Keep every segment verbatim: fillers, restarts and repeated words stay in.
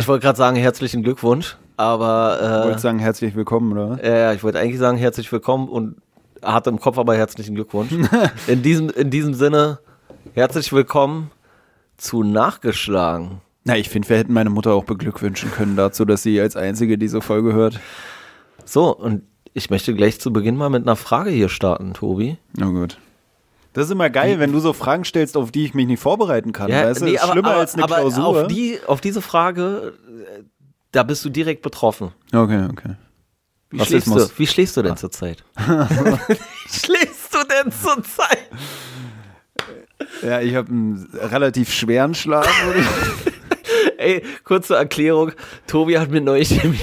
wollte gerade sagen, herzlichen Glückwunsch, aber... Äh, du wolltest sagen, herzlich willkommen, oder? Ja, ja, ich wollte eigentlich sagen, herzlich willkommen und hatte im Kopf aber herzlichen Glückwunsch. in, diesem, in diesem Sinne, herzlich willkommen zu Nachgeschlagen. Na, ich finde, wir hätten meine Mutter auch beglückwünschen können dazu, dass sie als Einzige diese Folge hört. So, und ich möchte gleich zu Beginn mal mit einer Frage hier starten, Tobi. Na gut. Das ist immer geil, wenn du so Fragen stellst, auf die ich mich nicht vorbereiten kann. Ja, weißt du? nee, Das ist aber, schlimmer aber, als eine aber Klausur. Auf, die, auf diese Frage, da bist du direkt betroffen. Okay, okay. Wie, Was schläfst, muss? du, wie schläfst du denn zurzeit? Wie schläfst du denn zurzeit? Ja, ich habe einen relativ schweren Schlaf. Ey, kurze Erklärung. Tobi hat mir neulich nämlich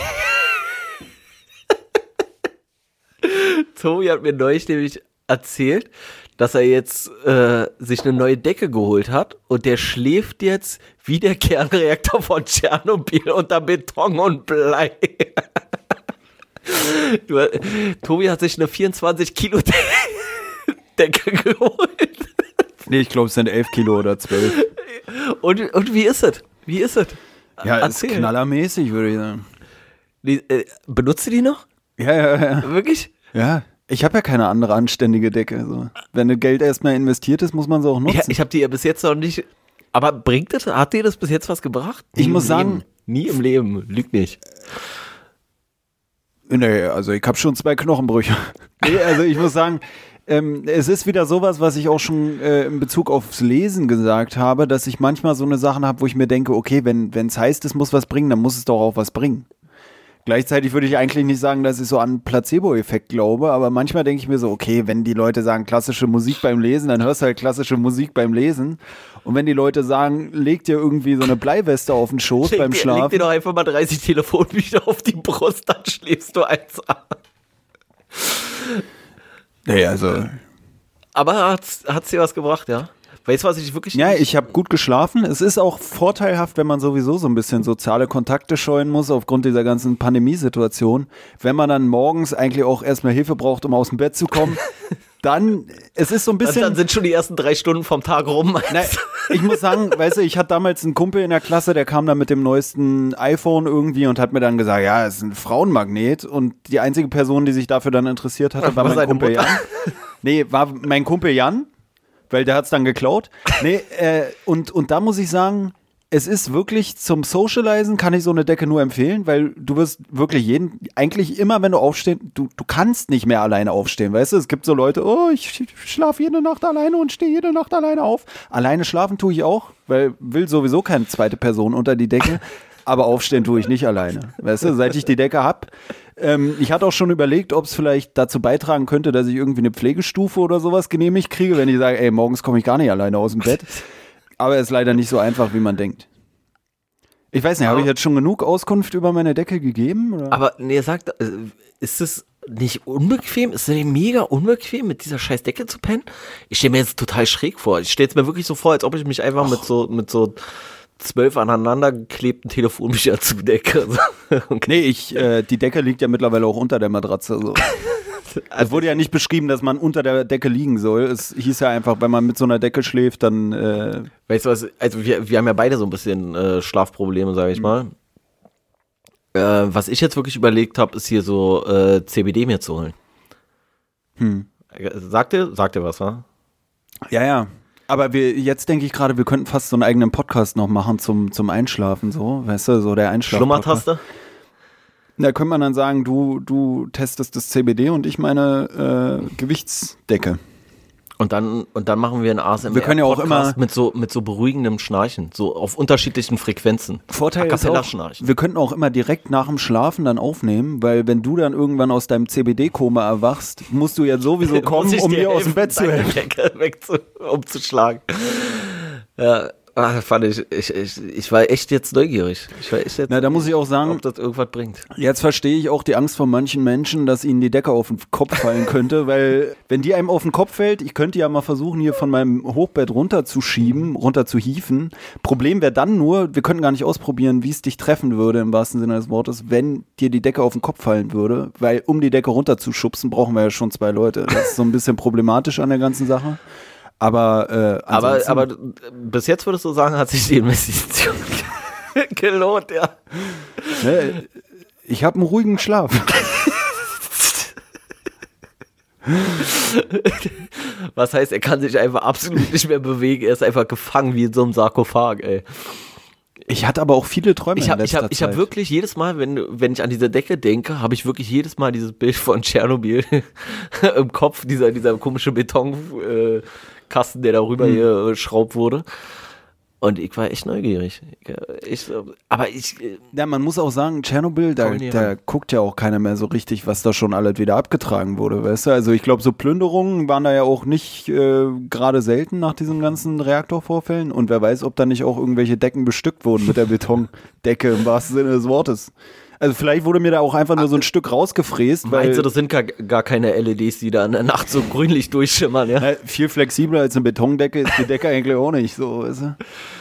Tobi hat mir neulich nämlich erzählt, dass er jetzt äh, sich eine neue Decke geholt hat und der schläft jetzt wie der Kernreaktor von Tschernobyl unter Beton und Blei. Du, Tobi hat sich eine vierundzwanzig Kilo Decke geholt. Nee, ich glaube, es sind elf Kilo oder zwölf. Und, und wie ist es? Wie ist es? Ja, es ist knallermäßig, würde ich sagen. Die, äh, benutzt du die noch? Ja, ja, ja. Wirklich? Ja, ich habe ja keine andere anständige Decke. So. Wenn das Geld erstmal investiert ist, muss man sie auch nutzen. Ja, ich habe die ja bis jetzt noch nicht. Aber bringt das, hat dir das bis jetzt was gebracht? Nie ich muss sagen. Leben. Nie im Leben, lügt nicht. Nee, also ich habe schon zwei Knochenbrüche. Nee, also ich muss sagen, ähm, es ist wieder sowas, was ich auch schon äh, in Bezug aufs Lesen gesagt habe, dass ich manchmal so eine Sachen habe, wo ich mir denke, okay, wenn es heißt, es muss was bringen, dann muss es doch auch was bringen. Gleichzeitig würde ich eigentlich nicht sagen, dass ich so an Placebo-Effekt glaube, aber manchmal denke ich mir so, okay, wenn die Leute sagen klassische Musik beim Lesen, dann hörst du halt klassische Musik beim Lesen. Und wenn die Leute sagen, leg dir irgendwie so eine Bleiweste auf den Schoß leg beim dir, Schlafen. Leg dir doch einfach mal dreißig Telefonbücher auf die Brust, dann schläfst du eins an. Nee, also. Aber hat's, hat's dir was gebracht, ja? Weißt du, was ich wirklich... Ja, ich habe gut geschlafen. Es ist auch vorteilhaft, wenn man sowieso so ein bisschen soziale Kontakte scheuen muss, aufgrund dieser ganzen Pandemiesituation. Wenn man dann morgens eigentlich auch erstmal Hilfe braucht, um aus dem Bett zu kommen, dann, es ist so ein bisschen... Dann, dann sind schon die ersten drei Stunden vom Tag rum. Na, ich muss sagen, weißt du, ich hatte damals einen Kumpel in der Klasse, der kam dann mit dem neuesten iPhone irgendwie und hat mir dann gesagt, ja, es ist ein Frauenmagnet. Und die einzige Person, die sich dafür dann interessiert hatte, war, war mein Kumpel Mutter? Jan. Nee, war mein Kumpel Jan. Weil der hat es dann geklaut. Nee, äh, und, und da muss ich sagen, es ist wirklich zum Socializen kann ich so eine Decke nur empfehlen, weil du wirst wirklich jeden, eigentlich immer, wenn du aufstehst, du, du kannst nicht mehr alleine aufstehen, weißt du? Es gibt so Leute, oh, ich schlafe jede Nacht alleine und stehe jede Nacht alleine auf. Alleine schlafen tue ich auch, weil will sowieso keine zweite Person unter die Decke. Aber aufstehen tue ich nicht alleine. Weißt du, seit ich die Decke habe. Ähm, ich hatte auch schon überlegt, ob es vielleicht dazu beitragen könnte, dass ich irgendwie eine Pflegestufe oder sowas genehmigt kriege, wenn ich sage, ey, morgens komme ich gar nicht alleine aus dem Bett. Aber es ist leider nicht so einfach, wie man denkt. Ich weiß nicht, habe ich jetzt schon genug Auskunft über meine Decke gegeben? Oder? Aber nee, sagt, ist es nicht unbequem? Ist es nicht mega unbequem, mit dieser scheiß Decke zu pennen? Ich stelle mir jetzt total schräg vor. Ich stelle es mir wirklich so vor, als ob ich mich einfach Och. mit so mit so zwölf aneinander geklebten Telefonbücher zudecke. Okay. Nee, ich, äh, die Decke liegt ja mittlerweile auch unter der Matratze. So. Es wurde ja nicht beschrieben, dass man unter der Decke liegen soll. Es hieß ja einfach, wenn man mit so einer Decke schläft, dann... Äh weißt du was, also wir, wir haben ja beide so ein bisschen äh, Schlafprobleme, sage ich mhm. mal. Äh, was ich jetzt wirklich überlegt habe, ist hier so äh, C B D mir zu holen. Hm. Sagt ihr, sagt ihr was, wa? Ja, ja. Aber wir, jetzt denke ich gerade, wir könnten fast so einen eigenen Podcast noch machen zum, zum Einschlafen, so, weißt du, so der Einschlaf. Schlummertaste? Da könnte man dann sagen, du, du testest das C B D und ich meine äh, Gewichtsdecke. Und dann, und dann machen wir einen A S M R wir können ja auch immer mit so, mit so beruhigendem Schnarchen, so auf unterschiedlichen Frequenzen. Vorteil ist auch, wir könnten auch immer direkt nach dem Schlafen dann aufnehmen, weil wenn du dann irgendwann aus deinem C B D-Koma erwachst, musst du ja sowieso kommen, um mir aus dem Bett zu helfen. Decke wegzu, umzuschlagen. Ja. Ach, fand ich, ich, ich, ich war echt jetzt neugierig. Ich war echt jetzt, Na, da muss ich auch sagen, ob das irgendwas bringt. Jetzt verstehe ich auch die Angst von manchen Menschen, dass ihnen die Decke auf den Kopf fallen könnte, weil wenn die einem auf den Kopf fällt, ich könnte ja mal versuchen, hier von meinem Hochbett runterzuschieben, runter zu hieven. Problem wäre dann nur, wir könnten gar nicht ausprobieren, wie es dich treffen würde, im wahrsten Sinne des Wortes, wenn dir die Decke auf den Kopf fallen würde, weil um die Decke runterzuschubsen, brauchen wir ja schon zwei Leute. Das ist so ein bisschen problematisch an der ganzen Sache. Aber, äh, aber, aber bis jetzt würdest du sagen, hat sich die Investition gelohnt, ja. Ne, ich habe einen ruhigen Schlaf. Was heißt, er kann sich einfach absolut nicht mehr bewegen, er ist einfach gefangen wie in so einem Sarkophag, ey. Ich hatte aber auch viele Träume ich hab, in ich letzter hab, ich Zeit. habe wirklich jedes Mal, wenn, wenn ich an diese Decke denke, habe ich wirklich jedes Mal dieses Bild von Tschernobyl im Kopf, dieser, dieser komische Betonkasten, äh, der darüber mhm. hier äh, schraubt wurde. Und ich war echt neugierig. Ich, aber ich... Äh, ja, man muss auch sagen, Tschernobyl, da, da guckt ja auch keiner mehr so richtig, was da schon alles wieder abgetragen wurde, weißt du? Also ich glaube, so Plünderungen waren da ja auch nicht äh, gerade selten nach diesen ganzen Reaktorvorfällen. Und wer weiß, ob da nicht auch irgendwelche Decken bestückt wurden mit der Betondecke im wahrsten Sinne des Wortes. Also vielleicht wurde mir da auch einfach nur so ein Stück rausgefräst. Weil meinst du, das sind gar, gar keine L E Ds, die da in der Nacht so grünlich durchschimmern, ja? Na, viel flexibler als eine Betondecke ist die Decke eigentlich auch nicht so, weißt du?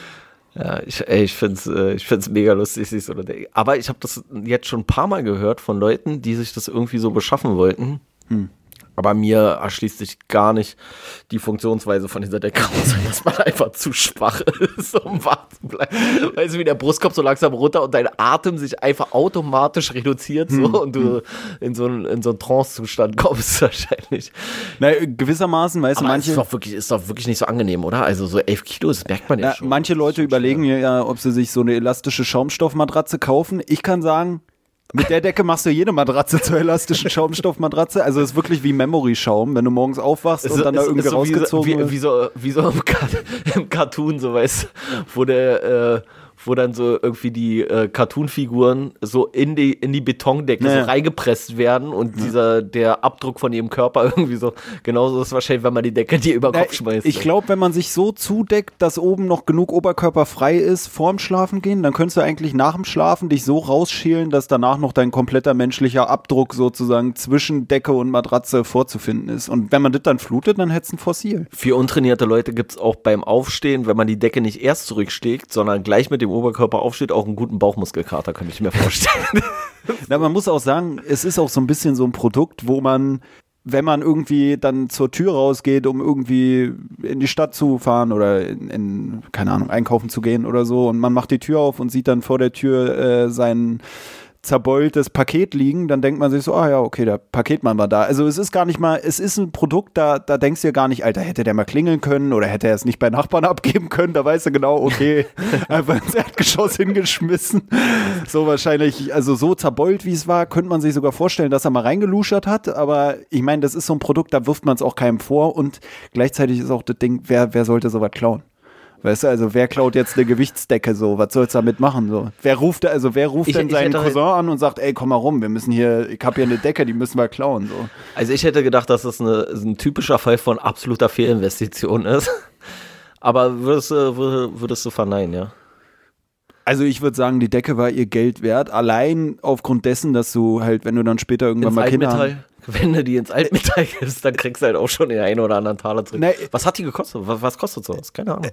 Ja, ich, ey, ich finde es äh, ich find's mega lustig, sich so eine Decke. Aber ich habe das jetzt schon ein paar Mal gehört von Leuten, die sich das irgendwie so beschaffen wollten. Hm. Aber mir erschließt sich gar nicht die Funktionsweise von dieser Decke aus, dass man einfach zu schwach ist, um wach zu bleiben. Weißt du, wie der Brustkorb so langsam runter und dein Atem sich einfach automatisch reduziert so hm. und du in so einen, in so einen Trance-Zustand kommst wahrscheinlich. Na, gewissermaßen, weißt du, manche... Ist doch, wirklich, ist doch wirklich nicht so angenehm, oder? Also so elf Kilo, das merkt man ja, ja schon. Manche Leute überlegen schwer. ja, ob sie sich so eine elastische Schaumstoffmatratze kaufen. Ich kann sagen... Mit der Decke machst du jede Matratze zur elastischen Schaumstoffmatratze. Also es ist wirklich wie Memory-Schaum, wenn du morgens aufwachst und dann ist, da irgendwie so rausgezogen wird. Wie, wie, so, wie so im, im Cartoon, so weißt wo der, äh, wo dann so irgendwie die äh, Cartoon-Figuren so in die, in die Betondecke ja. so reingepresst werden und ja. dieser, der Abdruck von ihrem Körper irgendwie so, genauso ist es wahrscheinlich, wenn man die Decke dir über den Kopf schmeißt. Ich glaube, wenn man sich so zudeckt, dass oben noch genug Oberkörper frei ist vorm Schlafen gehen, dann könntest du eigentlich nach dem Schlafen dich so rausschälen, dass danach noch dein kompletter menschlicher Abdruck sozusagen zwischen Decke und Matratze vorzufinden ist. Und wenn man das dann flutet, dann hättest du ein Fossil. Für untrainierte Leute gibt es auch beim Aufstehen, wenn man die Decke nicht erst zurückschlägt, sondern gleich mit dem Oberkörper aufsteht, auch einen guten Bauchmuskelkater, könnte ich mir vorstellen. Na, man muss auch sagen, es ist auch so ein bisschen so ein Produkt, wo man, wenn man irgendwie dann zur Tür rausgeht, um irgendwie in die Stadt zu fahren oder in, in keine Ahnung, einkaufen zu gehen oder so und man macht die Tür auf und sieht dann vor der Tür äh, seinen zerbeultes Paket liegen, dann denkt man sich so, ah ja, okay, der Paketmann war da. Also es ist gar nicht mal, es ist ein Produkt, da, da denkst du ja gar nicht, Alter, hätte der mal klingeln können oder hätte er es nicht bei Nachbarn abgeben können, da weißt du genau, okay, einfach ins Erdgeschoss hingeschmissen. So wahrscheinlich, also so zerbeult, wie es war, könnte man sich sogar vorstellen, dass er mal reingeluschert hat, aber ich meine, das ist so ein Produkt, da wirft man es auch keinem vor und gleichzeitig ist auch das Ding, wer, wer sollte sowas klauen? Weißt du, also wer klaut jetzt eine Gewichtsdecke so? Was soll's damit machen so? Wer ruft, also wer ruft ich, denn seinen Cousin an und sagt, ey, komm mal rum, wir müssen hier, ich habe hier eine Decke, die müssen wir klauen so. Also ich hätte gedacht, dass das eine, ein typischer Fall von absoluter Fehlinvestition ist. Aber würdest du, würdest du verneinen, ja? Also ich würde sagen, die Decke war ihr Geld wert, allein aufgrund dessen, dass du halt, wenn du dann später irgendwann ins mal Kinder hast. Wenn du die ins Altmetall gibst, dann kriegst du halt auch schon den einen oder anderen Taler zurück. Nee, was hat die gekostet? Was, was kostet sowas? Keine Ahnung.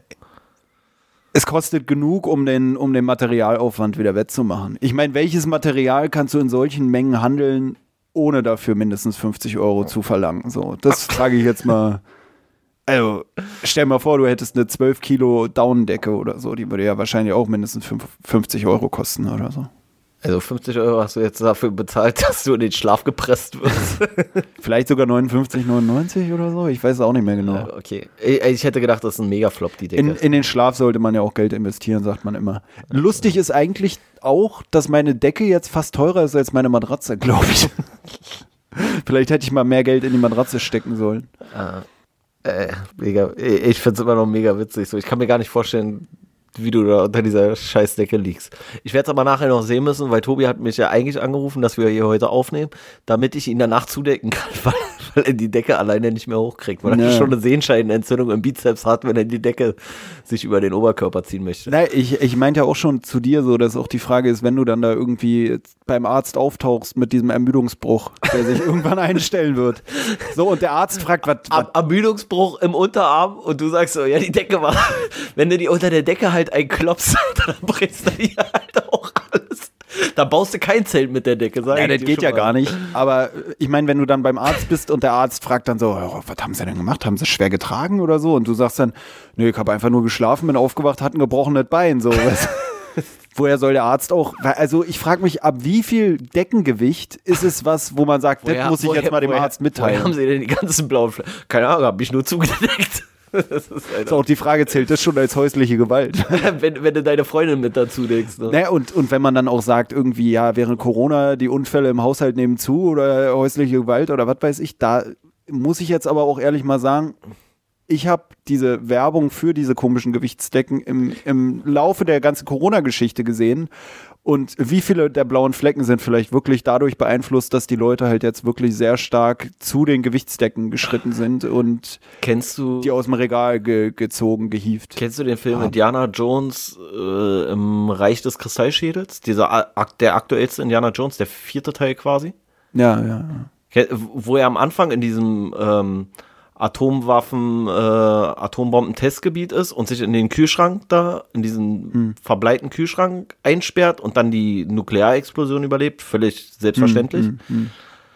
Es kostet genug, um den, um den Materialaufwand wieder wettzumachen. Ich meine, welches Material kannst du in solchen Mengen handeln, ohne dafür mindestens fünfzig Euro zu verlangen? So, das frage ich jetzt mal. Also, stell mal vor, du hättest eine zwölf Kilo Daunendecke oder so. Die würde ja wahrscheinlich auch mindestens fünfzig Euro kosten oder so. Also fünfzig Euro hast du jetzt dafür bezahlt, dass du in den Schlaf gepresst wirst. Vielleicht sogar neunundfünfzig, neunundneunzig oder so. Ich weiß es auch nicht mehr genau. Ja, okay. Ich hätte gedacht, das ist ein Megaflop, die Decke. In, in den Schlaf sollte man ja auch Geld investieren, sagt man immer. Lustig ist eigentlich auch, dass meine Decke jetzt fast teurer ist als meine Matratze, glaube ich. Vielleicht hätte ich mal mehr Geld in die Matratze stecken sollen. Ah, äh, mega. Ich finde es immer noch mega witzig. So, ich kann mir gar nicht vorstellen, wie du da unter dieser Scheißdecke liegst. Ich werde es aber nachher noch sehen müssen, weil Tobi hat mich ja eigentlich angerufen, dass wir hier heute aufnehmen, damit ich ihn danach zudecken kann, weil, weil er die Decke alleine nicht mehr hochkriegt, weil ja. er schon eine Sehenscheidenentzündung im Bizeps hat, wenn er die Decke sich über den Oberkörper ziehen möchte. Nein, ich, ich meinte ja auch schon zu dir so, dass auch die Frage ist, wenn du dann da irgendwie beim Arzt auftauchst mit diesem Ermüdungsbruch, der sich irgendwann einstellen wird. So, und der Arzt fragt, was... Am, Ermüdungsbruch im Unterarm und du sagst so, ja, die Decke war... Wenn du die unter der Decke halt ein Klops, dann brichst du dir halt auch alles. Da baust du kein Zelt mit der Decke, sag ich. Ja, das geht ja mal. Gar nicht. Aber ich meine, wenn du dann beim Arzt bist und der Arzt fragt dann so, oh, was haben sie denn gemacht? Haben sie schwer getragen oder so? Und du sagst dann, nee, ich habe einfach nur geschlafen, bin aufgewacht, hatte ein gebrochenes Bein. So. Woher soll der Arzt auch, also ich frage mich, ab wie viel Deckengewicht ist es was, wo man sagt, woher, das muss ich woher, jetzt mal dem woher, Arzt mitteilen. Woher haben Sie denn die ganzen blauen Flecken? Keine Ahnung, habe ich nur zugedeckt. Das ist, das ist auch die Frage, zählt das schon als häusliche Gewalt? wenn, wenn du deine Freundin mit dazu denkst. Ne? Naja, und, und wenn man dann auch sagt, irgendwie, ja, während Corona die Unfälle im Haushalt nehmen zu oder häusliche Gewalt oder was weiß ich, da muss ich jetzt aber auch ehrlich mal sagen, ich habe diese Werbung für diese komischen Gewichtsdecken im, im Laufe der ganzen Corona-Geschichte gesehen. Und wie viele der blauen Flecken sind vielleicht wirklich dadurch beeinflusst, dass die Leute halt jetzt wirklich sehr stark zu den Gewichtsdecken geschritten sind und kennst du, die aus dem Regal ge- gezogen, gehievt. Kennst du den Film ah. Indiana Jones äh, im Reich des Kristallschädels? Dieser, der aktuellste Indiana Jones, der vierte Teil quasi? Ja, ja. ja. Wo er am Anfang in diesem ähm, Atomwaffen, äh, Atombomben-Testgebiet ist und sich in den Kühlschrank da, in diesen hm. verbleiten Kühlschrank einsperrt und dann die Nuklearexplosion überlebt. Völlig selbstverständlich. Hm, hm, hm.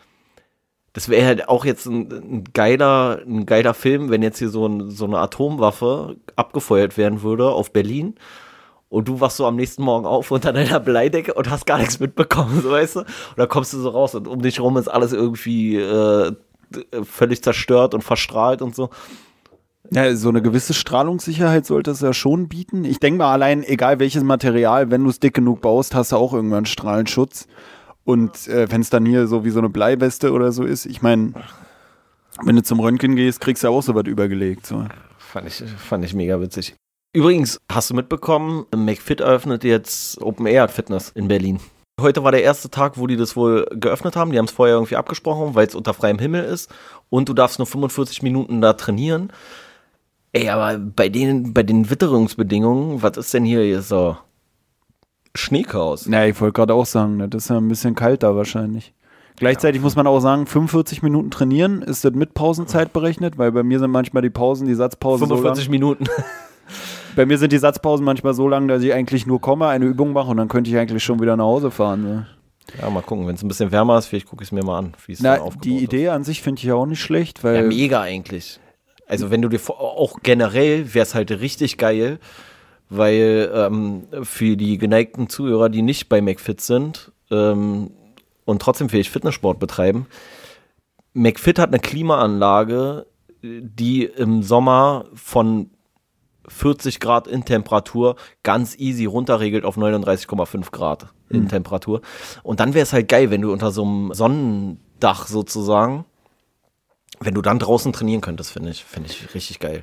Das wäre halt auch jetzt ein, ein, geiler, ein geiler Film, wenn jetzt hier so, ein, so eine Atomwaffe abgefeuert werden würde auf Berlin und du wachst so am nächsten Morgen auf unter deiner Bleidecke und hast gar nichts mitbekommen, so, weißt du? Und dann kommst du so raus und um dich rum ist alles irgendwie äh, völlig zerstört und verstrahlt und so. Ja, so eine gewisse Strahlungssicherheit sollte es ja schon bieten. Ich denke mal allein, egal welches Material, wenn du es dick genug baust, hast du auch irgendwann Strahlenschutz. Und äh, wenn es dann hier so wie so eine Bleiweste oder so ist, ich meine, wenn du zum Röntgen gehst, kriegst du ja auch so was übergelegt. So. Fand ich, fand ich mega witzig. Übrigens, hast du mitbekommen, McFit eröffnet jetzt Open Air Fitness in Berlin. Heute war der erste Tag, wo die das wohl geöffnet haben. Die haben es vorher irgendwie abgesprochen, weil es unter freiem Himmel ist. Und du darfst nur fünfundvierzig Minuten da trainieren. Ey, aber bei den, bei den Witterungsbedingungen, was ist denn hier, hier so Schneechaos? Ja, ich wollte gerade auch sagen, das ist ja ein bisschen kalt da wahrscheinlich. Gleichzeitig ja. muss man auch sagen, fünfundvierzig Minuten trainieren, ist das mit Pausenzeit berechnet? Weil bei mir sind manchmal die Pausen, die Satzpausen fünfundvierzig so lang. Minuten. Bei mir sind die Satzpausen manchmal so lang, dass ich eigentlich nur komme, eine Übung mache und dann könnte ich eigentlich schon wieder nach Hause fahren. Ne? Ja, mal gucken, wenn es ein bisschen wärmer ist, vielleicht gucke ich es mir mal an, wie es Na, dann aufgebaut die Idee ist. an sich finde ich ja auch nicht schlecht. Weil ja, mega eigentlich. Also wenn du dir, auch generell wäre es halt richtig geil, weil ähm, für die geneigten Zuhörer, die nicht bei McFit sind ähm, und trotzdem vielleicht Fitnesssport betreiben, McFit hat eine Klimaanlage, die im Sommer von vierzig Grad in Temperatur ganz easy runterregelt auf neununddreißig Komma fünf Grad in mhm. Temperatur. Und dann wäre es halt geil, wenn du unter so einem Sonnendach sozusagen, wenn du dann draußen trainieren könntest, finde ich, finde ich richtig geil.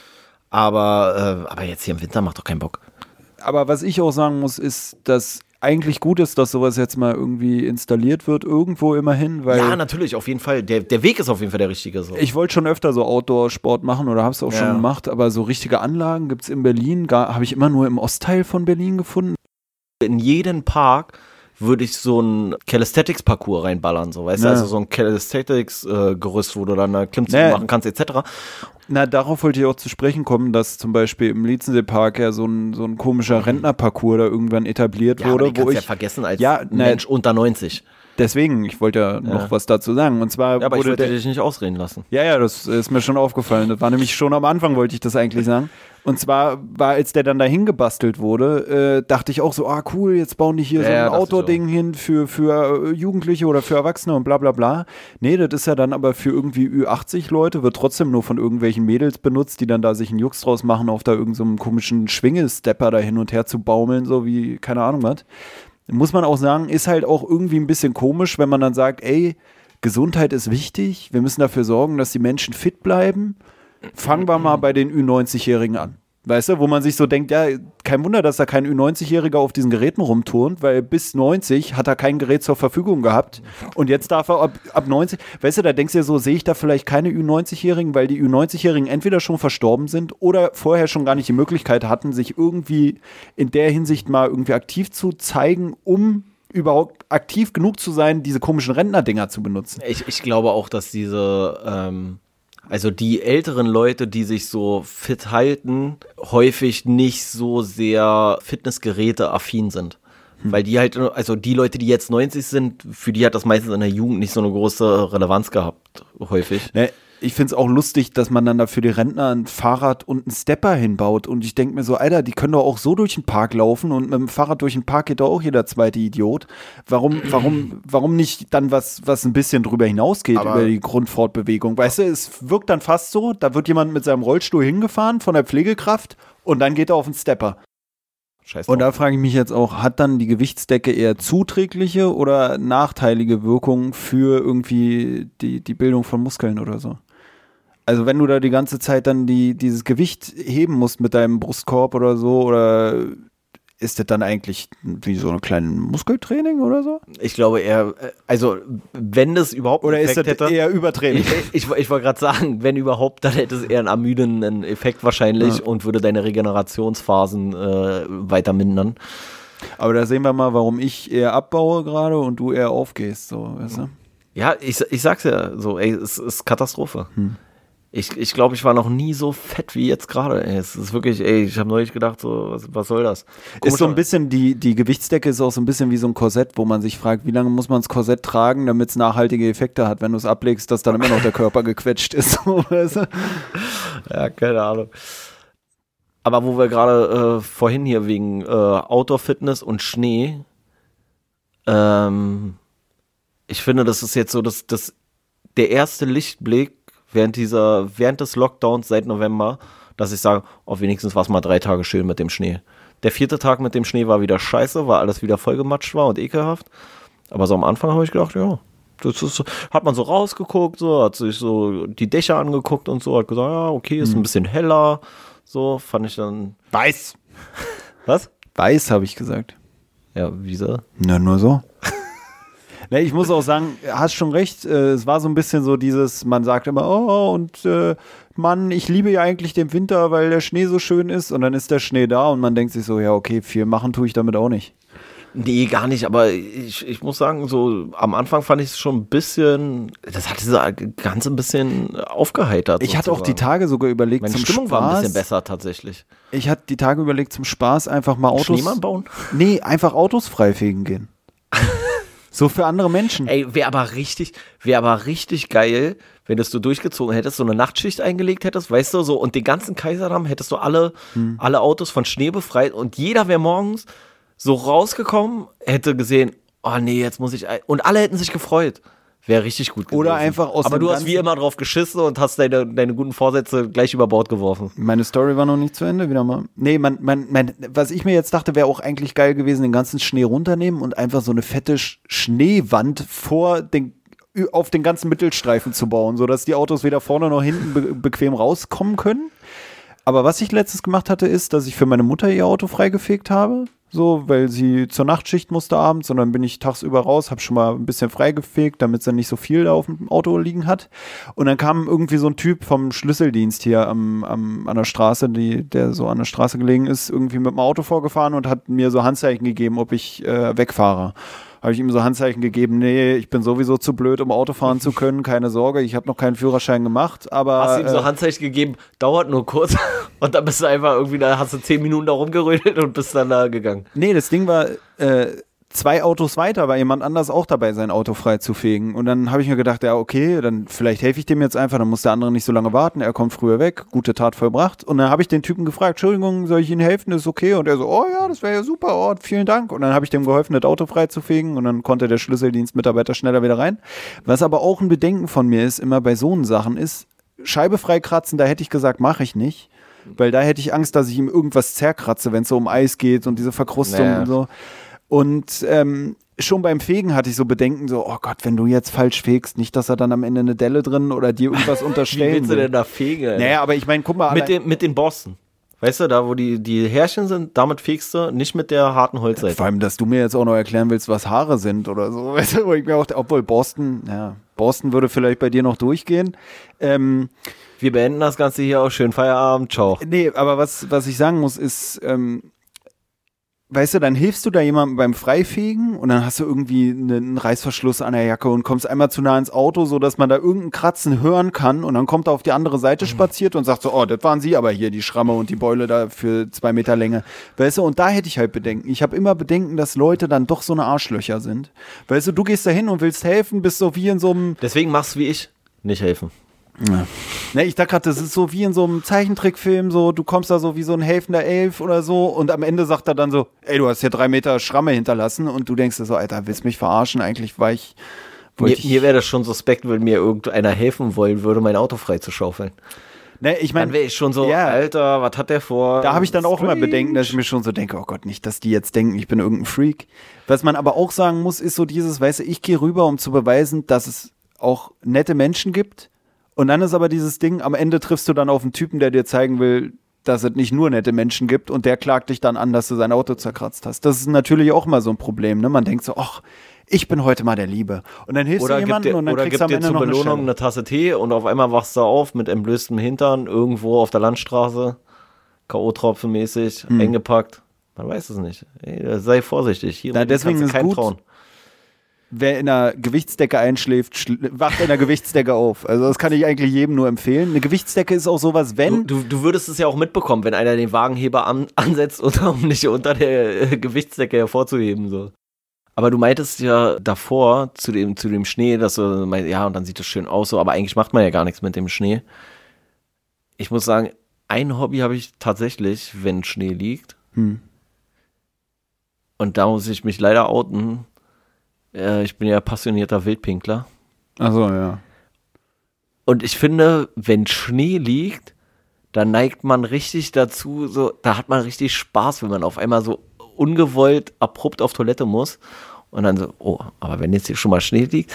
Aber, äh, aber jetzt hier im Winter macht doch keinen Bock. Aber was ich auch sagen muss, ist, dass eigentlich gut ist, dass sowas jetzt mal irgendwie installiert wird, irgendwo immerhin, weil... Ja, natürlich, auf jeden Fall. Der, der Weg ist auf jeden Fall der richtige. So. Ich wollte schon öfter so Outdoor-Sport machen oder habe es auch ja. schon gemacht, aber so richtige Anlagen gibt es in Berlin, habe ich immer nur im Ostteil von Berlin gefunden. In jeden Park würde ich so ein Calisthenics-Parcours reinballern, so, weißt ja. du, also so ein Calisthenics-Gerüst, wo du dann eine Klimmzüge nee. machen kannst, et cetera. Na, darauf wollte ich auch zu sprechen kommen, dass zum Beispiel im Lietzensee-Park ja so ein, so ein komischer Rentnerparcours da irgendwann etabliert ja, wurde. Aber den wo ich ja vergessen als ja, Mensch na, unter neunzig. Deswegen, ich wollte ja, ja noch was dazu sagen. Und zwar ja, aber wurde ich wollte der, dich nicht ausreden lassen. Ja, ja, das ist mir schon aufgefallen. Das war nämlich schon am Anfang, wollte ich das eigentlich sagen. Und zwar war, als der dann dahin gebastelt wurde, äh, dachte ich auch so, ah cool, jetzt bauen die hier ja, so ein ja, Outdoor-Ding hin für, für Jugendliche oder für Erwachsene und bla bla bla. Nee, das ist ja dann aber für irgendwie Ü achtzig Leute, wird trotzdem nur von irgendwelchen Mädels benutzt, die dann da sich einen Jux draus machen, auf da irgendeinem so komischen Schwingestepper da hin und her zu baumeln, so wie, keine Ahnung was. Muss man auch sagen, ist halt auch irgendwie ein bisschen komisch, wenn man dann sagt, ey, Gesundheit ist wichtig, wir müssen dafür sorgen, dass die Menschen fit bleiben. Fangen wir mal bei den Ü neunzig-Jährigen an. Weißt du, wo man sich so denkt, ja, kein Wunder, dass da kein Ü neunzig-Jähriger auf diesen Geräten rumturnt, weil bis neunzig hat er kein Gerät zur Verfügung gehabt und jetzt darf er ab, ab neunzig, weißt du, da denkst du dir so, sehe ich da vielleicht keine Ü neunzig-Jährigen, weil die Ü neunzig-Jährigen entweder schon verstorben sind oder vorher schon gar nicht die Möglichkeit hatten, sich irgendwie in der Hinsicht mal irgendwie aktiv zu zeigen, um überhaupt aktiv genug zu sein, diese komischen Rentnerdinger zu benutzen. Ich, ich glaube auch, dass diese ähm Also die älteren Leute, die sich so fit halten, häufig nicht so sehr Fitnessgeräte-affin sind. Hm. Weil die halt, also die Leute, die jetzt neunzig sind, für die hat das meistens in der Jugend nicht so eine große Relevanz gehabt, häufig. Ne, ich finde es auch lustig, dass man dann da für die Rentner ein Fahrrad und einen Stepper hinbaut. Und ich denke mir so, Alter, die können doch auch so durch den Park laufen und mit dem Fahrrad durch den Park geht doch auch jeder zweite Idiot. Warum, warum, warum nicht dann was, was ein bisschen drüber hinausgeht, aber über die Grundfortbewegung? Weißt du, es wirkt dann fast so, da wird jemand mit seinem Rollstuhl hingefahren von der Pflegekraft und dann geht er auf den Stepper. Und da frage ich mich jetzt auch, hat dann die Gewichtsdecke eher zuträgliche oder nachteilige Wirkung für irgendwie die, die Bildung von Muskeln oder so? Also wenn du da die ganze Zeit dann die, dieses Gewicht heben musst mit deinem Brustkorb oder so, oder ist das dann eigentlich wie so ein kleines Muskeltraining oder so? Ich glaube eher, also wenn das überhaupt einen Effekt hätte. Oder ist das eher Übertraining? Ich, ich, ich wollte gerade sagen, wenn überhaupt, dann hätte es eher einen ermüdenden Effekt wahrscheinlich ja. und würde deine Regenerationsphasen äh, weiter mindern. Aber da sehen wir mal, warum ich eher abbaue gerade und du eher aufgehst, so, weißt du? Ja, ich, ich sag's ja so, ey, es ist Katastrophe. Hm. Ich, ich glaube, ich war noch nie so fett wie jetzt gerade. Es ist wirklich, ey, ich habe neulich gedacht, so, was, was soll das? Komisch, ist so ein bisschen, die, die Gewichtsdecke ist auch so ein bisschen wie so ein Korsett, wo man sich fragt, wie lange muss man das Korsett tragen, damit es nachhaltige Effekte hat, wenn du es ablegst, dass dann immer noch der Körper gequetscht ist. Weißt du? Ja, keine Ahnung. Aber wo wir gerade äh, vorhin hier wegen äh, Outdoor-Fitness und Schnee, ähm, ich finde, das ist jetzt so das, das, der erste Lichtblick während dieser, während des Lockdowns seit November, dass ich sage, oh, wenigstens war es mal drei Tage schön mit dem Schnee. Der vierte Tag mit dem Schnee war wieder scheiße, weil alles wieder vollgematscht war und ekelhaft. Aber so am Anfang habe ich gedacht, ja, das ist so, hat man so rausgeguckt, so, hat sich so die Dächer angeguckt und so, hat gesagt, ja, okay, ist ein bisschen heller, so, fand ich dann. Weiß. Was? Weiß, habe ich gesagt. Ja, wieso? Na, nur so. Ne, ich muss auch sagen, hast schon recht, äh, es war so ein bisschen so dieses, man sagt immer, oh, und äh, Mann, ich liebe ja eigentlich den Winter, weil der Schnee so schön ist, und dann ist der Schnee da und man denkt sich so, ja, okay, viel machen tue ich damit auch nicht. Nee, gar nicht, aber ich, ich muss sagen, so am Anfang fand ich es schon ein bisschen, das hat diese Ganze ein bisschen aufgeheitert. Ich hatte auch die Tage sogar überlegt, Meine zum Stimmung Spaß. war ein bisschen besser tatsächlich. Ich hatte die Tage überlegt, zum Spaß einfach mal Autos. Schneemann bauen? Nee, einfach Autos freifegen gehen. So für andere Menschen. Ey, wäre aber richtig, wäre aber richtig geil, wenn das du durchgezogen hättest, so eine Nachtschicht eingelegt hättest, weißt du, so, und den ganzen Kaiserdamm hättest du alle, hm. alle Autos von Schnee befreit und jeder wäre morgens so rausgekommen, hätte gesehen, oh nee, jetzt muss ich, und alle hätten sich gefreut. Wäre richtig gut gewesen. Oder einfach aus Aber du hast wie immer drauf geschissen und hast deine, deine guten Vorsätze gleich über Bord geworfen. Meine Story war noch nicht zu Ende, wieder mal. Nee, man, man, man, was ich mir jetzt dachte, wäre auch eigentlich geil gewesen, den ganzen Schnee runternehmen und einfach so eine fette Schneewand vor den, auf den ganzen Mittelstreifen zu bauen, sodass die Autos weder vorne noch hinten be- bequem rauskommen können. Aber was ich letztens gemacht hatte, ist, dass ich für meine Mutter ihr Auto freigefegt habe. So, weil sie zur Nachtschicht musste abends, und dann bin ich tagsüber raus, habe schon mal ein bisschen freigefegt, damit sie nicht so viel da auf dem Auto liegen hat. Und dann kam irgendwie so ein Typ vom Schlüsseldienst hier am, am, an der Straße, die, der so an der Straße gelegen ist, irgendwie mit dem Auto vorgefahren und hat mir so Handzeichen gegeben, ob ich äh, wegfahre. Habe ich ihm so Handzeichen gegeben, nee, ich bin sowieso zu blöd, um Auto fahren zu können, keine Sorge, ich habe noch keinen Führerschein gemacht, aber... Hast du ihm so Handzeichen gegeben, dauert nur kurz, und dann bist du einfach irgendwie, da hast du zehn Minuten da rumgerödelt und bist dann da gegangen. Nee, das Ding war, äh, zwei Autos weiter war jemand anders auch dabei, sein Auto freizufegen. Und dann habe ich mir gedacht, ja okay, dann vielleicht helfe ich dem jetzt einfach, dann muss der andere nicht so lange warten, er kommt früher weg, gute Tat vollbracht. Und dann habe ich den Typen gefragt, Entschuldigung, soll ich Ihnen helfen, das ist okay? Und er so, oh ja, das wäre ja super, oh, vielen Dank. Und dann habe ich dem geholfen, das Auto freizufegen, und dann konnte der Schlüsseldienstmitarbeiter schneller wieder rein. Was aber auch ein Bedenken von mir ist, immer bei so Sachen ist, Scheibe freikratzen, da hätte ich gesagt, mache ich nicht. Weil da hätte ich Angst, dass ich ihm irgendwas zerkratze, wenn es so um Eis geht und diese Verkrustung naja. und so. Und ähm, schon beim Fegen hatte ich so Bedenken, so, oh Gott, wenn du jetzt falsch fegst, nicht, dass er dann am Ende eine Delle drin oder dir irgendwas unterstellen Wie willst will. du denn da fegen? Alter? Naja, aber ich meine, guck mal. Mit, dem, mit den Borsten. Weißt du, da wo die, die Härchen sind, damit fegst du, nicht mit der harten Holzseite. Vor allem, dass du mir jetzt auch noch erklären willst, was Haare sind oder so. Weißt du, wo ich mir auch, obwohl Borsten, ja, Borsten würde vielleicht bei dir noch durchgehen. Ähm, Wir beenden das Ganze hier auch schön. Feierabend, ciao. Nee, aber was, was ich sagen muss, ist, ähm, weißt du, dann hilfst du da jemandem beim Freifegen und dann hast du irgendwie einen Reißverschluss an der Jacke und kommst einmal zu nah ins Auto, sodass man da irgendein Kratzen hören kann, und dann kommt er auf die andere Seite spaziert und sagt so, oh, das waren sie aber hier, die Schramme und die Beule da für zwei Meter Länge. Weißt du, und da hätte ich halt Bedenken. Ich habe immer Bedenken, dass Leute dann doch so eine Arschlöcher sind. Weißt du, du gehst da hin und willst helfen, bist so wie in so einem... Deswegen machst du wie ich, nicht helfen. Ja. Ne, ich dachte gerade, das ist so wie in so einem Zeichentrickfilm, so du kommst da so wie so ein helfender Elf oder so und am Ende sagt er dann so, ey, du hast hier drei Meter Schramme hinterlassen und du denkst dir so, Alter, willst mich verarschen? Eigentlich war ich... Mir, ich mir wäre das schon suspekt, wenn mir irgendeiner helfen wollen würde, mein Auto frei zu schaufeln. Ne, ich mein, dann wäre ich schon so, ja, Alter, was hat der vor? Da habe ich dann auch Strange. immer Bedenken, dass ich mir schon so denke, oh Gott, nicht, dass die jetzt denken, ich bin irgendein Freak. Was man aber auch sagen muss, ist so dieses, weißt du, ich gehe rüber, um zu beweisen, dass es auch nette Menschen gibt. Und dann ist aber dieses Ding, am Ende triffst du dann auf einen Typen, der dir zeigen will, dass es nicht nur nette Menschen gibt und der klagt dich dann an, dass du sein Auto zerkratzt hast. Das ist natürlich auch mal so ein Problem, ne? Man denkt so, ach, ich bin heute mal der Liebe. Und dann hilfst oder du jemandem dir, und dann oder kriegst du am dir Ende zur noch Belohnung eine, eine Tasse Tee und auf einmal wachst du auf mit entblößtem Hintern irgendwo auf der Landstraße, K O-Tropfen mäßig, hm. eingepackt. Man weiß es nicht. Ey, sei vorsichtig. Hier Na, deswegen ist gut, trauen. Wer in einer Gewichtsdecke einschläft, schl- wacht in einer Gewichtsdecke auf. Also das kann ich eigentlich jedem nur empfehlen. Eine Gewichtsdecke ist auch sowas, wenn... Du, du, du würdest es ja auch mitbekommen, wenn einer den Wagenheber an, ansetzt, um nicht unter der äh, Gewichtsdecke hervorzuheben. So. Aber du meintest ja davor zu dem, zu dem Schnee, dass du meinst, ja, und dann sieht das schön aus, so, aber eigentlich macht man ja gar nichts mit dem Schnee. Ich muss sagen, ein Hobby habe ich tatsächlich, wenn Schnee liegt. Hm. Und da muss ich mich leider outen. Äh, ich bin ja passionierter Wildpinkler. Ach so, ja. Und ich finde, wenn Schnee liegt, dann neigt man richtig dazu, so, da hat man richtig Spaß, wenn man auf einmal so ungewollt abrupt auf Toilette muss. Und dann so, oh, aber wenn jetzt hier schon mal Schnee liegt,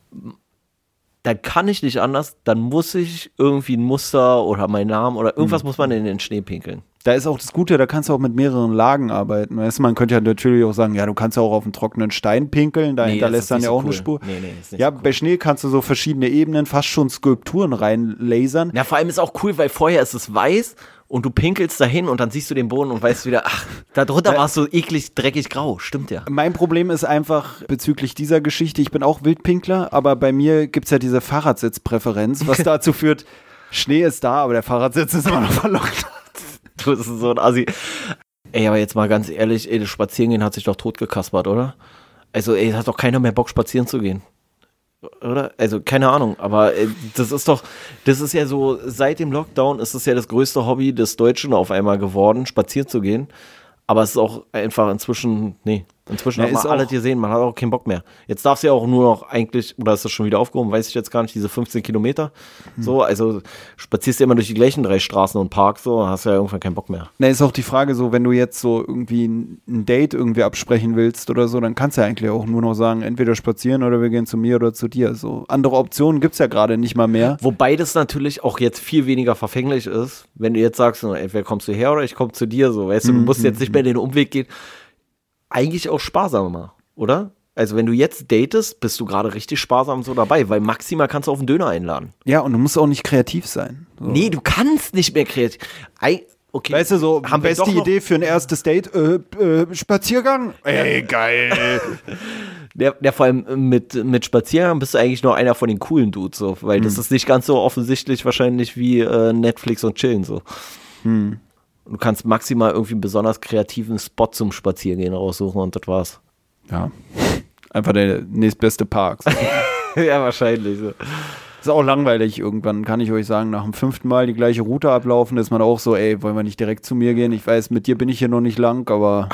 dann kann ich nicht anders, dann muss ich irgendwie ein Muster oder meinen Namen oder irgendwas mhm. muss man in den Schnee pinkeln. Da ist auch das Gute, da kannst du auch mit mehreren Lagen arbeiten. Weißt du, man könnte ja natürlich auch sagen, ja, du kannst ja auch auf einen trockenen Stein pinkeln, da nee, hinterlässt dann ja so auch cool. eine Spur. Nee, nee, ist nicht ja, so cool. Bei Schnee kannst du so verschiedene Ebenen, fast schon Skulpturen reinlasern. Ja, vor allem ist auch cool, weil vorher ist es weiß und du pinkelst dahin und dann siehst du den Boden und weißt wieder, ach, da drunter war es so eklig, dreckig grau. Stimmt ja. Mein Problem ist einfach bezüglich dieser Geschichte, ich bin auch Wildpinkler, aber bei mir gibt es ja diese Fahrradsitzpräferenz, was dazu führt, Schnee ist da, aber der Fahrradsitz ist immer noch verlockt. Du bist so ein Assi. Ey, aber jetzt mal ganz ehrlich, ey, das Spazierengehen hat sich doch totgekaspert, oder? Also, ey, hat doch keiner mehr Bock, spazieren zu gehen. Oder? Also, keine Ahnung, aber ey, das ist doch, das ist ja so, seit dem Lockdown ist es ja das größte Hobby des Deutschen auf einmal geworden, spazieren zu gehen. Aber es ist auch einfach inzwischen, nee, inzwischen ja, hat man alles gesehen, man hat auch keinen Bock mehr. Jetzt darfst du ja auch nur noch eigentlich, oder ist das schon wieder aufgehoben, weiß ich jetzt gar nicht, diese fünfzehn Kilometer. Hm. So, also spazierst du immer durch die gleichen drei Straßen und Parks, so, hast du ja irgendwann keinen Bock mehr. Na, ist auch die Frage so, wenn du jetzt so irgendwie ein Date irgendwie absprechen willst oder so, dann kannst du ja eigentlich auch nur noch sagen, entweder spazieren oder wir gehen zu mir oder zu dir. So, andere Optionen gibt's ja gerade nicht mal mehr. Wobei das natürlich auch jetzt viel weniger verfänglich ist, wenn du jetzt sagst, entweder kommst du her oder ich komme zu dir, so, weißt du, du musst jetzt nicht mehr den Umweg gehen. Eigentlich auch sparsamer, oder? Also wenn du jetzt datest, bist du gerade richtig sparsam so dabei, weil maximal kannst du auf einen Döner einladen. Ja, und du musst auch nicht kreativ sein. So. Nee, du kannst nicht mehr kreativ. I, okay. Weißt du, so, haben beste Idee für ein erstes Date, äh, äh, Spaziergang? Ey, geil. Der, der vor allem mit, mit Spaziergang bist du eigentlich nur einer von den coolen Dudes, so, weil hm. das ist nicht ganz so offensichtlich wahrscheinlich wie äh, Netflix und Chillen, so. Hm. Du kannst maximal irgendwie einen besonders kreativen Spot zum Spaziergehen raussuchen und das war's. Ja, einfach der nächstbeste Park. So. Ja, wahrscheinlich. So. Ist auch langweilig irgendwann, kann ich euch sagen. Nach dem fünften Mal die gleiche Route ablaufen, ist man auch so, ey, wollen wir nicht direkt zu mir gehen? Ich weiß, mit dir bin ich hier noch nicht lang, aber...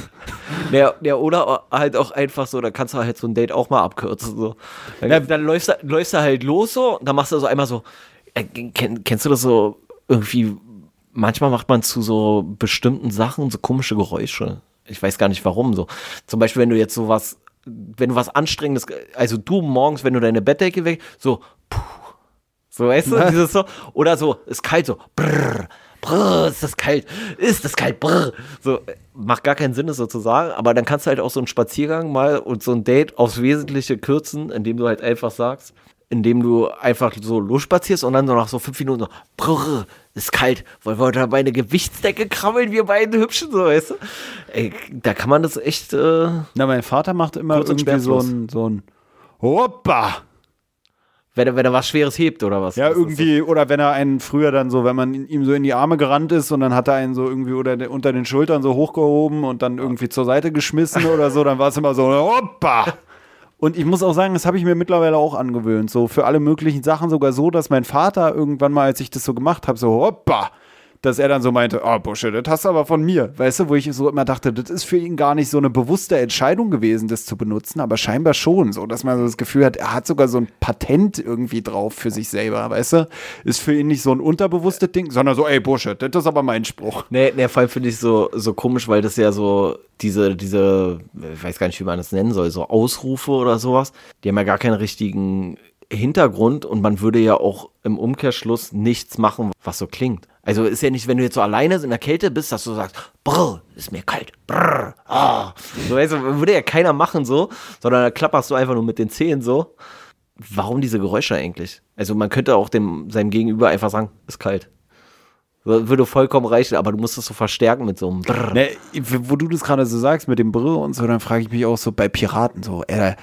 Ja, ja, oder halt auch einfach so, da kannst du halt so ein Date auch mal abkürzen. So. Dann, ja, dann läufst, du, läufst du halt los so und dann machst du so einmal so, äh, kenn, kennst du das so irgendwie... Manchmal macht man zu so bestimmten Sachen so komische Geräusche. Ich weiß gar nicht warum. So. Zum Beispiel, wenn du jetzt so was, wenn du was Anstrengendes, also du morgens, wenn du deine Bettdecke weg, so, puh, so, weißt du, dieses so, oder so, ist kalt, so, brrr, brrr, ist das kalt, ist das kalt, brrr. So, macht gar keinen Sinn, das so zu sagen, aber dann kannst du halt auch so einen Spaziergang mal und so ein Date aufs Wesentliche kürzen, indem du halt einfach sagst, indem du einfach so losspazierst und dann so nach so fünf Minuten so, brrr, ist kalt, wollen wir unter meine Gewichtsdecke krabbeln, wir beiden Hübschen, so, weißt du? Ey, da kann man das echt, äh, Na, mein Vater macht immer irgendwie so ein, so ein Hoppa! Wenn er, wenn er was Schweres hebt, oder was? Ja, was irgendwie, oder wenn er einen früher dann so, wenn man ihm so in die Arme gerannt ist und dann hat er einen so irgendwie oder unter den Schultern so hochgehoben und dann irgendwie zur Seite geschmissen oder so, dann war es immer so, Hoppa! Und ich muss auch sagen, das habe ich mir mittlerweile auch angewöhnt. So für alle möglichen Sachen, sogar so, dass mein Vater irgendwann mal, als ich das so gemacht habe, so hoppa, dass er dann so meinte, ah, oh, Busche, das hast du aber von mir. Weißt du, wo ich so immer dachte, das ist für ihn gar nicht so eine bewusste Entscheidung gewesen, das zu benutzen, aber scheinbar schon. So, dass man so das Gefühl hat, er hat sogar so ein Patent irgendwie drauf für sich selber, weißt du? Ist für ihn nicht so ein unterbewusstes Ding, sondern so, ey, Busche, das ist aber mein Spruch. Nee, nee, vor allem finde ich so, so komisch, weil das ja so diese, diese, ich weiß gar nicht, wie man das nennen soll, so Ausrufe oder sowas, die haben ja gar keinen richtigen Hintergrund und man würde ja auch im Umkehrschluss nichts machen, was so klingt. Also ist ja nicht, wenn du jetzt so alleine in der Kälte bist, dass du sagst, brr, ist mir kalt, brr, ah. So, weißt du, würde ja keiner machen so, sondern da klapperst du einfach nur mit den Zähnen so. Warum diese Geräusche eigentlich? Also man könnte auch dem, seinem Gegenüber einfach sagen, ist kalt. Würde vollkommen reichen, aber du musst das so verstärken mit so einem Brrr. Ne, wo du das gerade so sagst mit dem Brrr und so, dann frage ich mich auch so bei Piraten so, äh,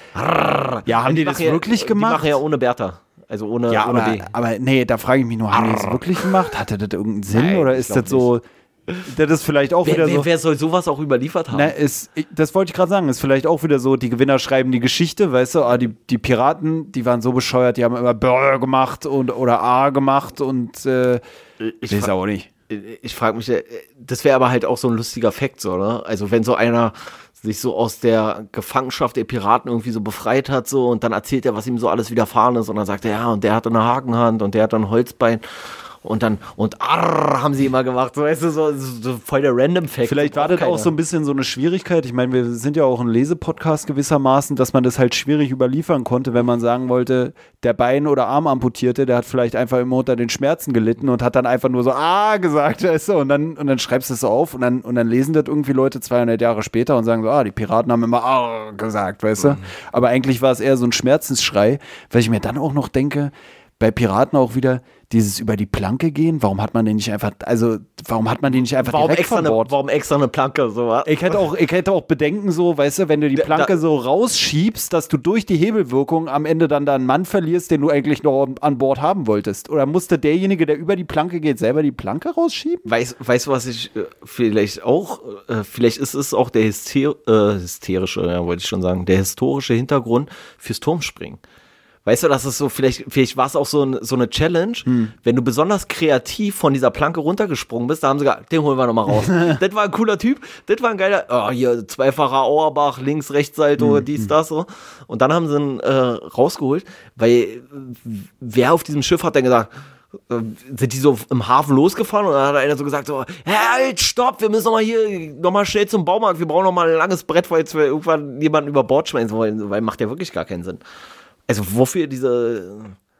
ja, haben die, die das wirklich ja, gemacht? Die machen ja ohne Bertha. Also ohne, ja, ohne aber, B. aber nee, da frage ich mich nur, haben die das wirklich gemacht? Hatte das irgendeinen Sinn? Nein, oder ist das so, das ist vielleicht auch wer, wieder wer, so. Wer soll sowas auch überliefert haben? Na, ist, das wollte ich gerade sagen, ist vielleicht auch wieder so, die Gewinner schreiben die Geschichte, weißt du, ah, die, die Piraten, die waren so bescheuert, die haben immer Brrr gemacht und, oder A gemacht und äh, ich weiß auch nicht. Ich frage mich, das wäre aber halt auch so ein lustiger Fakt, so, ne? Also wenn so einer sich so aus der Gefangenschaft der Piraten irgendwie so befreit hat, so, und dann erzählt er, was ihm so alles widerfahren ist, und dann sagt er, ja, und der hat eine Hakenhand und der hat ein Holzbein. Und dann, und arr, haben sie immer gemacht, so, weißt du, so, so voll der Random-Fact. Vielleicht war das auch so ein bisschen so eine Schwierigkeit. Ich meine, wir sind ja auch ein Lesepodcast gewissermaßen, dass man das halt schwierig überliefern konnte, wenn man sagen wollte, der Bein- oder Armamputierte, der hat vielleicht einfach immer unter den Schmerzen gelitten und hat dann einfach nur so, ah, gesagt, weißt du, und dann, und dann schreibst du es so auf und dann, und dann lesen das irgendwie Leute zweihundert Jahre später und sagen so, ah, die Piraten haben immer ah gesagt, weißt du. Mhm. Aber eigentlich war es eher so ein Schmerzensschrei, weil ich mir dann auch noch denke, bei Piraten auch wieder dieses über die Planke gehen, warum hat man den nicht einfach, also warum hat man den nicht einfach warum direkt extra von Bord? Eine, warum extra eine Planke, so was? Ich hätte auch, ich hätte auch Bedenken so, weißt du, wenn du die Planke da, so rausschiebst, dass du durch die Hebelwirkung am Ende dann da einen Mann verlierst, den du eigentlich noch an Bord haben wolltest. Oder musste derjenige, der über die Planke geht, selber die Planke rausschieben? Weißt du, was ich äh, vielleicht auch, äh, vielleicht ist es auch der Hyster äh, hysterische, ja, wollte ich schon sagen, der historische Hintergrund fürs Turmspringen. Weißt du, das ist so, vielleicht, vielleicht war es auch so, ein, so eine Challenge, hm. wenn du besonders kreativ von dieser Planke runtergesprungen bist, da haben sie gesagt, den holen wir nochmal raus. Das war ein cooler Typ, das war ein geiler, oh, hier, zweifacher Auerbach, links, rechts Salto, hm. dies, das, so. Und dann haben sie ihn äh, rausgeholt, weil wer auf diesem Schiff hat dann gesagt, äh, sind die so im Hafen losgefahren und dann hat einer so gesagt, so, halt, stopp, wir müssen nochmal hier, nochmal schnell zum Baumarkt, wir brauchen nochmal ein langes Brett, weil jetzt wir irgendwann jemanden über Bord schmeißen wollen, weil macht ja wirklich gar keinen Sinn. Also wofür diese,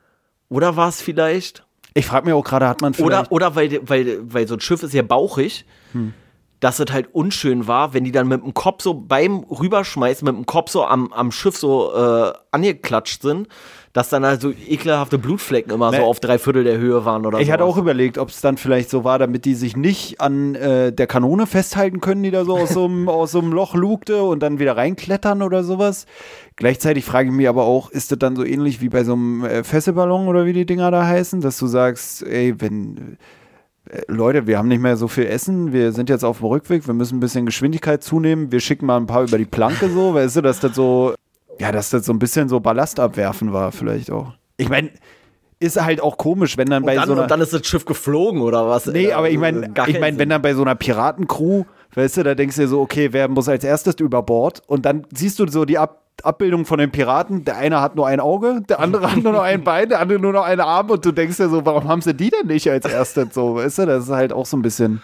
oder war es vielleicht? Ich frage mich auch gerade, hat man vielleicht... Oder, oder weil, weil, weil so ein Schiff ist ja bauchig, hm. dass es halt unschön war, wenn die dann mit dem Kopf so beim Rüberschmeißen, mit dem Kopf so am, am Schiff so äh, angeklatscht sind, dass dann halt so ekelhafte Blutflecken immer nee. so auf drei Viertel der Höhe waren oder so. Ich hatte auch überlegt, ob es dann vielleicht so war, damit die sich nicht an äh, der Kanone festhalten können, die da so aus so einem aus so einem Loch lugte und dann wieder reinklettern oder sowas. Gleichzeitig frage ich mich aber auch, ist das dann so ähnlich wie bei so einem äh, Fesselballon oder wie die Dinger da heißen, dass du sagst, ey, wenn äh, Leute, wir haben nicht mehr so viel Essen, wir sind jetzt auf dem Rückweg, wir müssen ein bisschen Geschwindigkeit zunehmen, wir schicken mal ein paar über die Planke so, weißt du, dass das so Ja, dass das so ein bisschen so Ballast abwerfen war vielleicht auch. Ich meine, ist halt auch komisch, wenn dann und bei dann, so einer... Und dann ist das Schiff geflogen oder was? Nee, aber ich meine, ich mein, wenn dann bei so einer Piratencrew, weißt du, da denkst du dir so, okay, wer muss als erstes über Bord? Und dann siehst du so die Ab- Abbildung von den Piraten, der eine hat nur ein Auge, der andere hat nur noch ein Bein, der andere nur noch einen Arm und du denkst dir so, warum haben sie die denn nicht als erstes so, weißt du? Das ist halt auch so ein bisschen...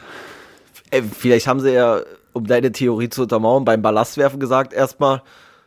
Ey, vielleicht haben sie ja, um deine Theorie zu untermauern, beim Ballastwerfen gesagt erstmal,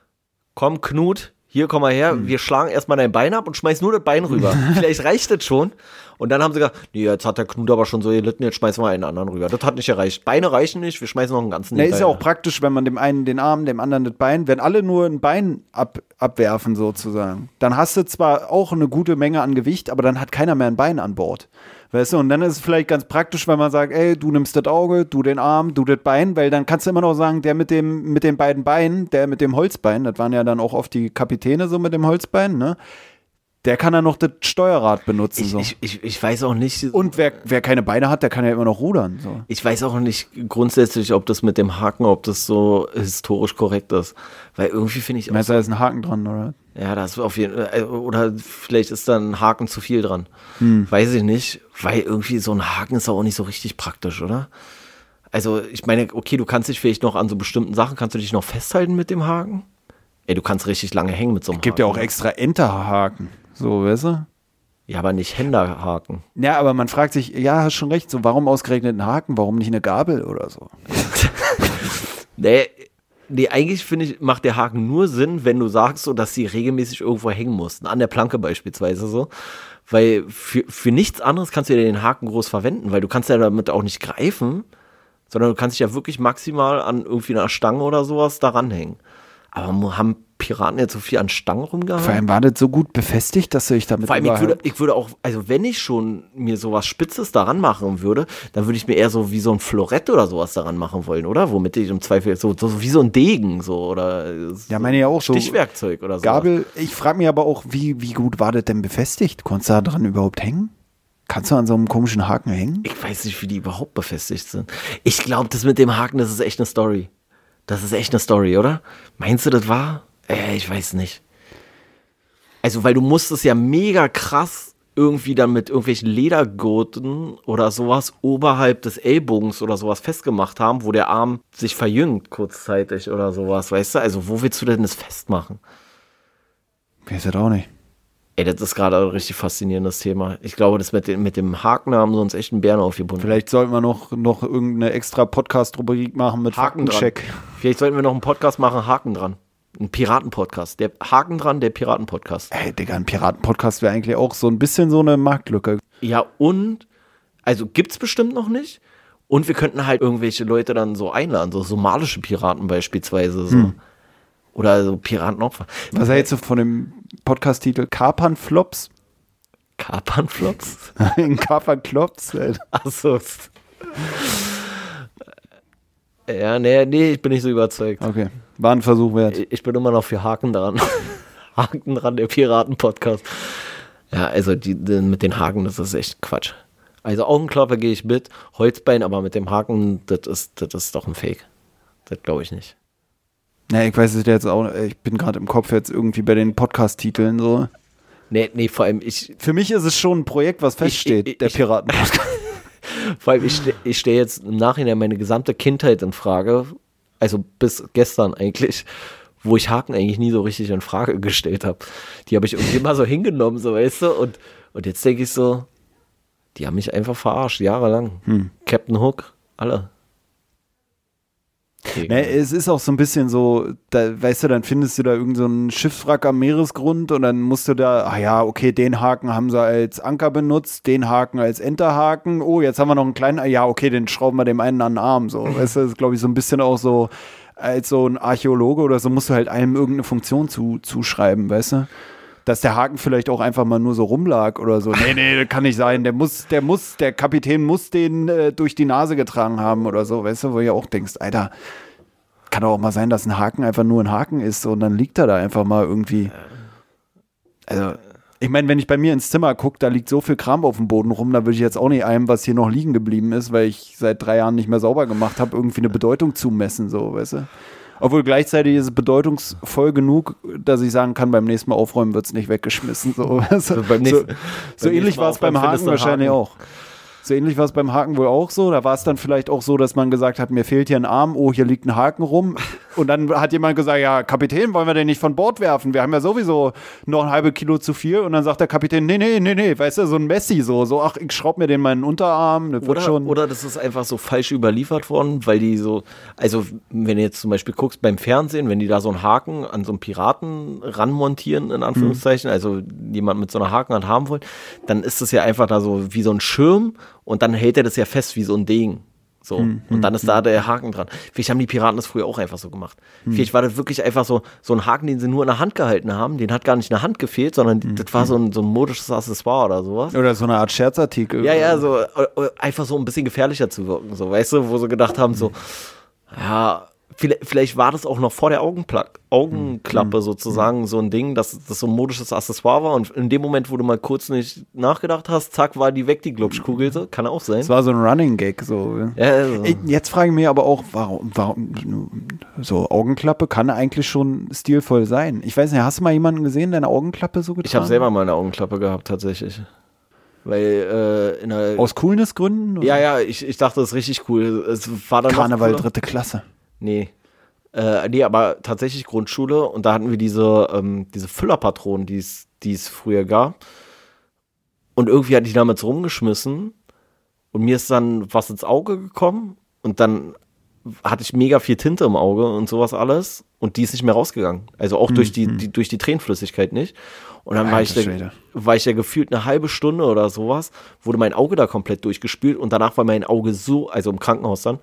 komm, Knut, hier, komm mal her, hm. wir schlagen erstmal dein Bein ab und schmeißen nur das Bein rüber. Vielleicht reicht das schon. Und dann haben sie gesagt, nee, jetzt hat der Knut aber schon so gelitten, jetzt schmeißen wir einen anderen rüber. Das hat nicht gereicht. Beine reichen nicht, wir schmeißen noch einen ganzen. Na, ist ja auch praktisch, wenn man dem einen den Arm, dem anderen das Bein, wenn alle nur ein Bein ab, abwerfen sozusagen, dann hast du zwar auch eine gute Menge an Gewicht, aber dann hat keiner mehr ein Bein an Bord. Weißt du, und dann ist es vielleicht ganz praktisch, wenn man sagt, ey, du nimmst das Auge, du den Arm, du das Bein, weil dann kannst du immer noch sagen, der mit dem mit den beiden Beinen, der mit dem Holzbein, das waren ja dann auch oft die Kapitäne so mit dem Holzbein, ne? Der kann dann noch das Steuerrad benutzen. Ich, so. ich, ich, ich weiß auch nicht. Und wer, wer keine Beine hat, der kann ja immer noch rudern. So. Ich weiß auch nicht grundsätzlich, ob das mit dem Haken, ob das so historisch korrekt ist. Weil irgendwie finde ich auch. Meinst du, da ist ein Haken dran, oder? Ja, da ist auf jeden Fall. Oder vielleicht ist da ein Haken zu viel dran. Hm. Weiß ich nicht. Weil irgendwie so ein Haken ist auch nicht so richtig praktisch, oder? Also, ich meine, okay, du kannst dich vielleicht noch an so bestimmten Sachen, kannst du dich noch festhalten mit dem Haken? Ey, du kannst richtig lange hängen mit so einem Haken. Es gibt ja auch extra Enterhaken. So, weißt du? Ja, aber nicht Händerhaken. Ja, aber man fragt sich, ja, hast schon recht, so warum ausgerechnet ein Haken, warum nicht eine Gabel oder so? nee, nee, eigentlich finde ich, macht der Haken nur Sinn, wenn du sagst, so, dass sie regelmäßig irgendwo hängen mussten, an der Planke beispielsweise so. Weil für, für nichts anderes kannst du ja den Haken groß verwenden, weil du kannst ja damit auch nicht greifen, sondern du kannst dich ja wirklich maximal an irgendwie einer Stange oder sowas da ranhängen. Aber haben Piraten jetzt so viel an Stangen rumgehangen? Vor allem war das so gut befestigt, dass du dich damit Vor allem, ich würde, ich würde auch, also wenn ich schon mir sowas Spitzes daran machen würde, dann würde ich mir eher so wie so ein Florett oder sowas daran machen wollen, oder? Womit ich im Zweifel so, so wie so ein Degen so oder so ja, meine ja auch so Stichwerkzeug oder so. Gabel, ich frage mich aber auch, wie, wie gut war das denn befestigt? Konntest du da dran überhaupt hängen? Kannst du an so einem komischen Haken hängen? Ich weiß nicht, wie die überhaupt befestigt sind. Ich glaube, das mit dem Haken, das ist echt eine Story. Das ist echt eine Story, oder? Meinst du, das war? Äh, ich weiß nicht. Also, weil du musstest ja mega krass irgendwie dann mit irgendwelchen Ledergurten oder sowas oberhalb des Ellbogens oder sowas festgemacht haben, wo der Arm sich verjüngt kurzzeitig oder sowas, weißt du? Also, wo willst du denn das festmachen? Ich weiß das auch nicht. Ey, das ist gerade ein richtig faszinierendes Thema. Ich glaube, das mit dem, mit dem Haken haben sie uns echt einen Bären aufgebunden. Vielleicht sollten wir noch, noch irgendeine extra Podcast-Rubrik machen mit Haken Faktencheck. dran. Vielleicht sollten wir noch einen Podcast machen, Haken dran. Ein Piraten-Podcast. Der Haken dran, der Piraten-Podcast. Ey, Digga, ein Piraten-Podcast wäre eigentlich auch so ein bisschen so eine Marktlücke. Ja, und, also gibt's bestimmt noch nicht. Und wir könnten halt irgendwelche Leute dann so einladen, so somalische Piraten beispielsweise. So. Hm. Oder so Piratenopfer. Was hältst du von dem Podcast-Titel Kapernflops? Kapernflops? Nein, Kapernflops. Achso. Ja, nee, nee, ich bin nicht so überzeugt. Okay, war ein Versuch wert. Ich, ich bin immer noch für Haken dran. Haken dran, der Piraten-Podcast. Ja, also die, die, mit den Haken, das ist echt Quatsch. Also Augenklappe gehe ich mit, Holzbein, aber mit dem Haken, das ist, das ist doch ein Fake. Das glaube ich nicht. Ja, ich weiß es jetzt auch, ich bin gerade im Kopf jetzt irgendwie bei den Podcast-Titeln so. Nee, nee, vor allem ich... Für mich ist es schon ein Projekt, was feststeht, ich, ich, der Piraten-Podcast. Vor allem, ich, ste- ich stelle jetzt im Nachhinein meine gesamte Kindheit in Frage, also bis gestern eigentlich, wo ich Haken eigentlich nie so richtig in Frage gestellt habe. Die habe ich irgendwie mal so hingenommen, so weißt du, und, und jetzt denke ich so, die haben mich einfach verarscht, jahrelang. Hm. Captain Hook, alle. Ne, es ist auch so ein bisschen so, da, weißt du, dann findest du da irgend so einen Schiffswrack am Meeresgrund und dann musst du da, ah ja, okay, den Haken haben sie als Anker benutzt, den Haken als Enterhaken, oh, jetzt haben wir noch einen kleinen, ah ja, okay, den schrauben wir dem einen an den Arm, so, weißt du, das ist, glaube ich, so ein bisschen auch so, als so ein Archäologe oder so, musst du halt einem irgendeine Funktion zu, zuschreiben, weißt du? Dass der Haken vielleicht auch einfach mal nur so rumlag oder so. Nee, nee, das kann nicht sein. Der muss, der muss, der Kapitän muss den äh, durch die Nase getragen haben oder so, weißt du, wo ihr auch denkst, Alter, kann doch auch mal sein, dass ein Haken einfach nur ein Haken ist und dann liegt er da einfach mal irgendwie. Also, ich meine, wenn ich bei mir ins Zimmer gucke, da liegt so viel Kram auf dem Boden rum, da würde ich jetzt auch nicht einem, was hier noch liegen geblieben ist, weil ich seit drei Jahren nicht mehr sauber gemacht habe, irgendwie eine Bedeutung zumessen, so, weißt du. Obwohl gleichzeitig ist es bedeutungsvoll genug, dass ich sagen kann, beim nächsten Mal aufräumen wird es nicht weggeschmissen. So, also beim nächsten, so, so beim ähnlich war es beim Haken wahrscheinlich Haken. auch. So ähnlich war es beim Haken wohl auch so. Da war es dann vielleicht auch so, dass man gesagt hat, mir fehlt hier ein Arm, oh, hier liegt ein Haken rum. Und dann hat jemand gesagt, ja, Kapitän, wollen wir den nicht von Bord werfen? Wir haben ja sowieso noch ein halbes Kilo zu viel. Und dann sagt der Kapitän, nee, nee, nee, nee, weißt du, so ein Messi so, so, ach, ich schraub mir den mal in den Unterarm. Das oder, wird schon. Oder das ist einfach so falsch überliefert worden, weil die so, also wenn du jetzt zum Beispiel guckst beim Fernsehen, wenn die da so einen Haken an so einen Piraten ranmontieren, in Anführungszeichen, mhm. also jemand mit so einer Hakenhand haben wollen, dann ist das ja einfach da so wie so ein Schirm und dann hält er das ja fest wie so ein Degen. So. Hm, und dann ist hm, da der Haken dran. Vielleicht haben die Piraten das früher auch einfach so gemacht. Hm. Vielleicht war das wirklich einfach so, so ein Haken, den sie nur in der Hand gehalten haben. Den hat gar nicht in der Hand gefehlt, sondern hm, das war so ein, so ein modisches Accessoire oder sowas. Oder so eine Art Scherzartikel. Ja, ja, so einfach so ein bisschen gefährlicher zu wirken. So, weißt du, wo sie gedacht haben, so, ja, Vielleicht, vielleicht war das auch noch vor der Augenpla- Augenklappe mhm. sozusagen so ein Ding, dass das so ein modisches Accessoire war und in dem Moment, wo du mal kurz nicht nachgedacht hast, zack, war die weg, die Glubschkugel, so. Kann auch sein. Das war so ein Running Gag, so. Ja, also. Jetzt frage ich mich aber auch, warum, warum, so Augenklappe kann eigentlich schon stilvoll sein. Ich weiß nicht, hast du mal jemanden gesehen, der eine Augenklappe so getragen? Ich habe selber mal eine Augenklappe gehabt, tatsächlich. Weil, äh, in einer, aus Coolness-Gründen? Ja, ja, ich, ich dachte, das ist richtig cool. Es war dann Karneval dritte Klasse. Nee. Äh, nee, aber tatsächlich Grundschule und da hatten wir diese, ähm, diese Füllerpatronen, die es früher gab. Und irgendwie hatte ich damals rumgeschmissen und mir ist dann was ins Auge gekommen und dann hatte ich mega viel Tinte im Auge und sowas alles und die ist nicht mehr rausgegangen. Also auch mhm. durch, die, die, durch die Tränenflüssigkeit nicht. Und dann war ich, da, war ich ja gefühlt eine halbe Stunde oder sowas, wurde mein Auge da komplett durchgespült und danach war mein Auge so, also im Krankenhaus dann,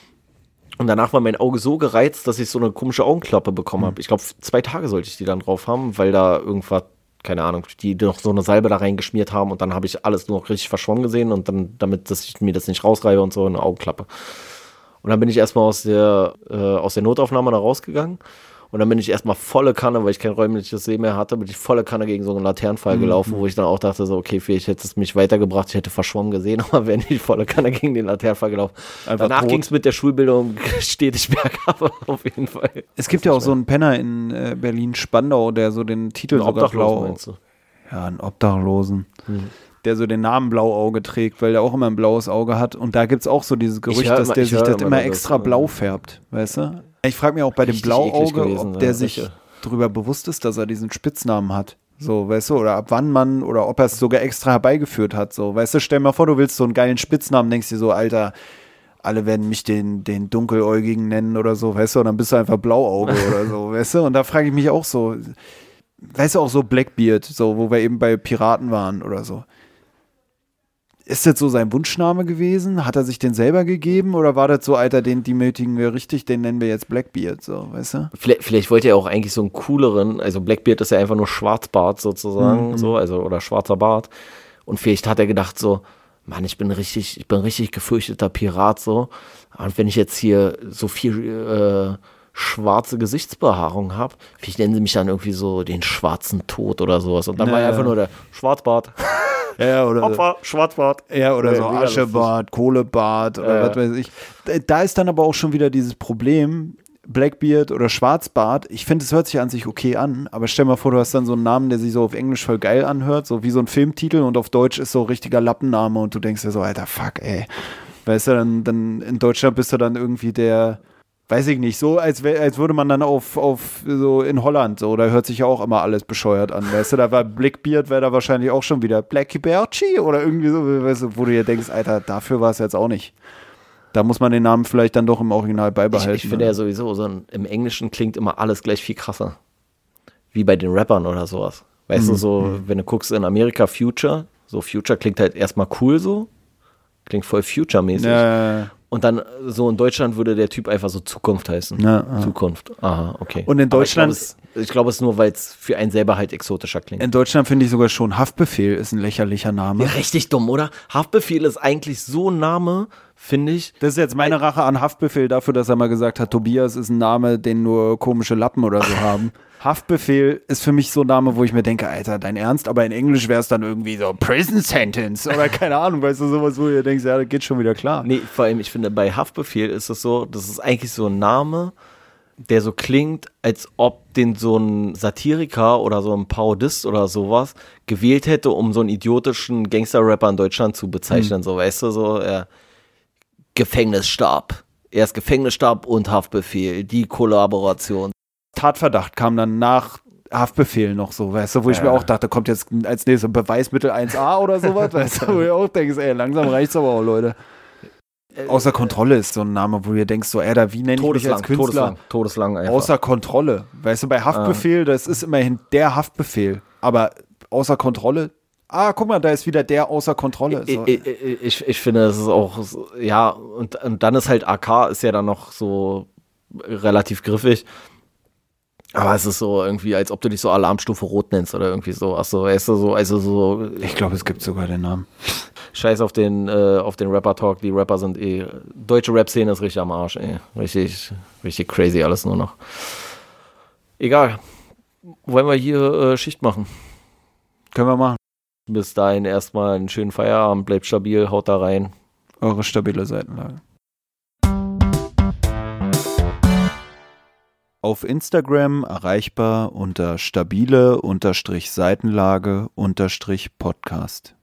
und danach war mein Auge so gereizt, dass ich so eine komische Augenklappe bekommen habe. Ich glaube, zwei Tage sollte ich die dann drauf haben, weil da irgendwas, keine Ahnung, die noch so eine Salbe da reingeschmiert haben und dann habe ich alles nur noch richtig verschwommen gesehen und dann, damit dass ich mir das nicht rausreibe und so, eine Augenklappe. Und dann bin ich erstmal aus der, äh, aus der Notaufnahme da rausgegangen. Und dann bin ich erstmal volle Kanne, weil ich kein räumliches Sehen mehr hatte, bin ich volle Kanne gegen so einen Laternenpfahl mhm. gelaufen, wo ich dann auch dachte, so, okay, vielleicht hätte es mich weitergebracht, ich hätte verschwommen gesehen, aber wäre nicht volle Kanne gegen den Laternenpfahl gelaufen. Einfach danach ging es mit der Schulbildung stetig bergab, auf jeden Fall. Es gibt ja auch so einen Penner in äh, Berlin-Spandau, der so den Titel ein sogar blau... Meinst du? Ja, einen Obdachlosen. Mhm. Der so den Namen Blauauge trägt, weil der auch immer ein blaues Auge hat. Und da gibt es auch so dieses Gerücht, dass immer, der sich das immer extra das, blau färbt, weißt du? Ich frage mich auch bei dem Blauauge, gewesen, ob der ja, sich sicher. darüber bewusst ist, dass er diesen Spitznamen hat. So, weißt du, oder ab wann man, oder ob er es sogar extra herbeigeführt hat. So, weißt du, stell dir mal vor, du willst so einen geilen Spitznamen, denkst dir so, Alter, alle werden mich den, den Dunkeläugigen nennen oder so, weißt du, und dann bist du einfach Blauauge oder so, weißt du? Und da frage ich mich auch so, weißt du, auch so Blackbeard, so, wo wir eben bei Piraten waren oder so. Ist das so sein Wunschname gewesen? Hat er sich den selber gegeben? Oder war das so, Alter, den demütigen wir richtig, den nennen wir jetzt Blackbeard, so, weißt du? Vielleicht, vielleicht wollte er auch eigentlich so einen cooleren, also Blackbeard ist ja einfach nur Schwarzbart sozusagen, mhm. so, also, oder schwarzer Bart. Und vielleicht hat er gedacht so, Mann, ich bin richtig, ich bin richtig gefürchteter Pirat, so. Und wenn ich jetzt hier so viel, äh, schwarze Gesichtsbehaarung habe, vielleicht nennen sie mich dann irgendwie so den schwarzen Tod oder sowas. Und dann naja. war er einfach nur der Schwarzbart. Ja, oder Opfer, Schwarzbart. Ja, oder ja, so Aschebart, Kohlebart oder ja. was weiß ich. Da ist dann aber auch schon wieder dieses Problem, Blackbeard oder Schwarzbart. Ich finde, es hört sich an sich okay an, aber stell mal vor, du hast dann so einen Namen, der sich so auf Englisch voll geil anhört, so wie so ein Filmtitel und auf Deutsch ist so ein richtiger Lappenname und du denkst dir so, Alter, fuck, ey. Weißt du, dann, dann in Deutschland bist du dann irgendwie der, weiß ich nicht, so als, als würde man dann auf, auf so in Holland, so, da hört sich ja auch immer alles bescheuert an, weißt du, da war Blackbeard, wäre da wahrscheinlich auch schon wieder Blackberchi oder irgendwie so, weißt du, wo du dir denkst, Alter, dafür war es jetzt auch nicht. Da muss man den Namen vielleicht dann doch im Original beibehalten. Ich, ich finde ja sowieso, so ein, im Englischen klingt immer alles gleich viel krasser. Wie bei den Rappern oder sowas. Weißt mhm. du, so, mhm. wenn du guckst in Amerika Future, so Future klingt halt erstmal cool so, klingt voll Future-mäßig. Ja, ja. Und dann so in Deutschland würde der Typ einfach so Zukunft heißen. Ja, ja. Zukunft. Aha, okay. Und in Deutschland. Aber ich glaube, es, glaub, es ist nur, weil es für einen selber halt exotischer klingt. In Deutschland finde ich sogar schon Haftbefehl ist ein lächerlicher Name. Ja, richtig dumm, oder? Haftbefehl ist eigentlich so ein Name, finde ich. Das ist jetzt meine Rache an Haftbefehl dafür, dass er mal gesagt hat, Tobias ist ein Name, den nur komische Lappen oder so haben. Haftbefehl ist für mich so ein Name, wo ich mir denke, Alter, dein Ernst? Aber in Englisch wäre es dann irgendwie so Prison Sentence oder keine Ahnung, weißt du, sowas, wo ihr denkst, ja, das geht schon wieder klar. Nee, vor allem, ich finde, bei Haftbefehl ist es so, das ist eigentlich so ein Name, der so klingt, als ob den so ein Satiriker oder so ein Parodist oder sowas gewählt hätte, um so einen idiotischen Gangster-Rapper in Deutschland zu bezeichnen, mhm. so, weißt du, so, ja, Gefängnisstab. Erst Gefängnisstab und Haftbefehl, die Kollaboration. Tatverdacht kam dann nach Haftbefehl noch so, weißt du, wo ich ja. mir auch dachte, kommt jetzt als nächstes Beweismittel eins a oder sowas, weißt du, wo ich auch denke, ey, langsam reicht's aber auch, Leute. Außer Kontrolle ist so ein Name, wo du denkst, so, ey, da, wie nenne ich mich als Künstler? Todeslang, todeslang einfach. Außer Kontrolle, weißt du, bei Haftbefehl, ah. das ist immerhin der Haftbefehl, aber außer Kontrolle, ah, guck mal, da ist wieder der außer Kontrolle. So. Ich, ich, ich, ich finde, das ist auch, so, ja, und, und dann ist halt A K, ist ja dann noch so relativ griffig. Aber es ist so irgendwie, als ob du dich so Alarmstufe Rot nennst oder irgendwie so. Ach so, weißt du, so, also so. Ich glaube, es gibt sogar den Namen. Scheiß auf den, äh, auf den Rapper-Talk. Die Rapper sind eh. Deutsche Rap-Szene ist richtig am Arsch, ey. Richtig, richtig crazy alles nur noch. Egal. Wollen wir hier äh, Schicht machen? Können wir machen. Bis dahin erstmal einen schönen Feierabend. Bleibt stabil, haut da rein. Eure stabile Seitenlage. Auf Instagram erreichbar unter stabile Seitenlage Podcast.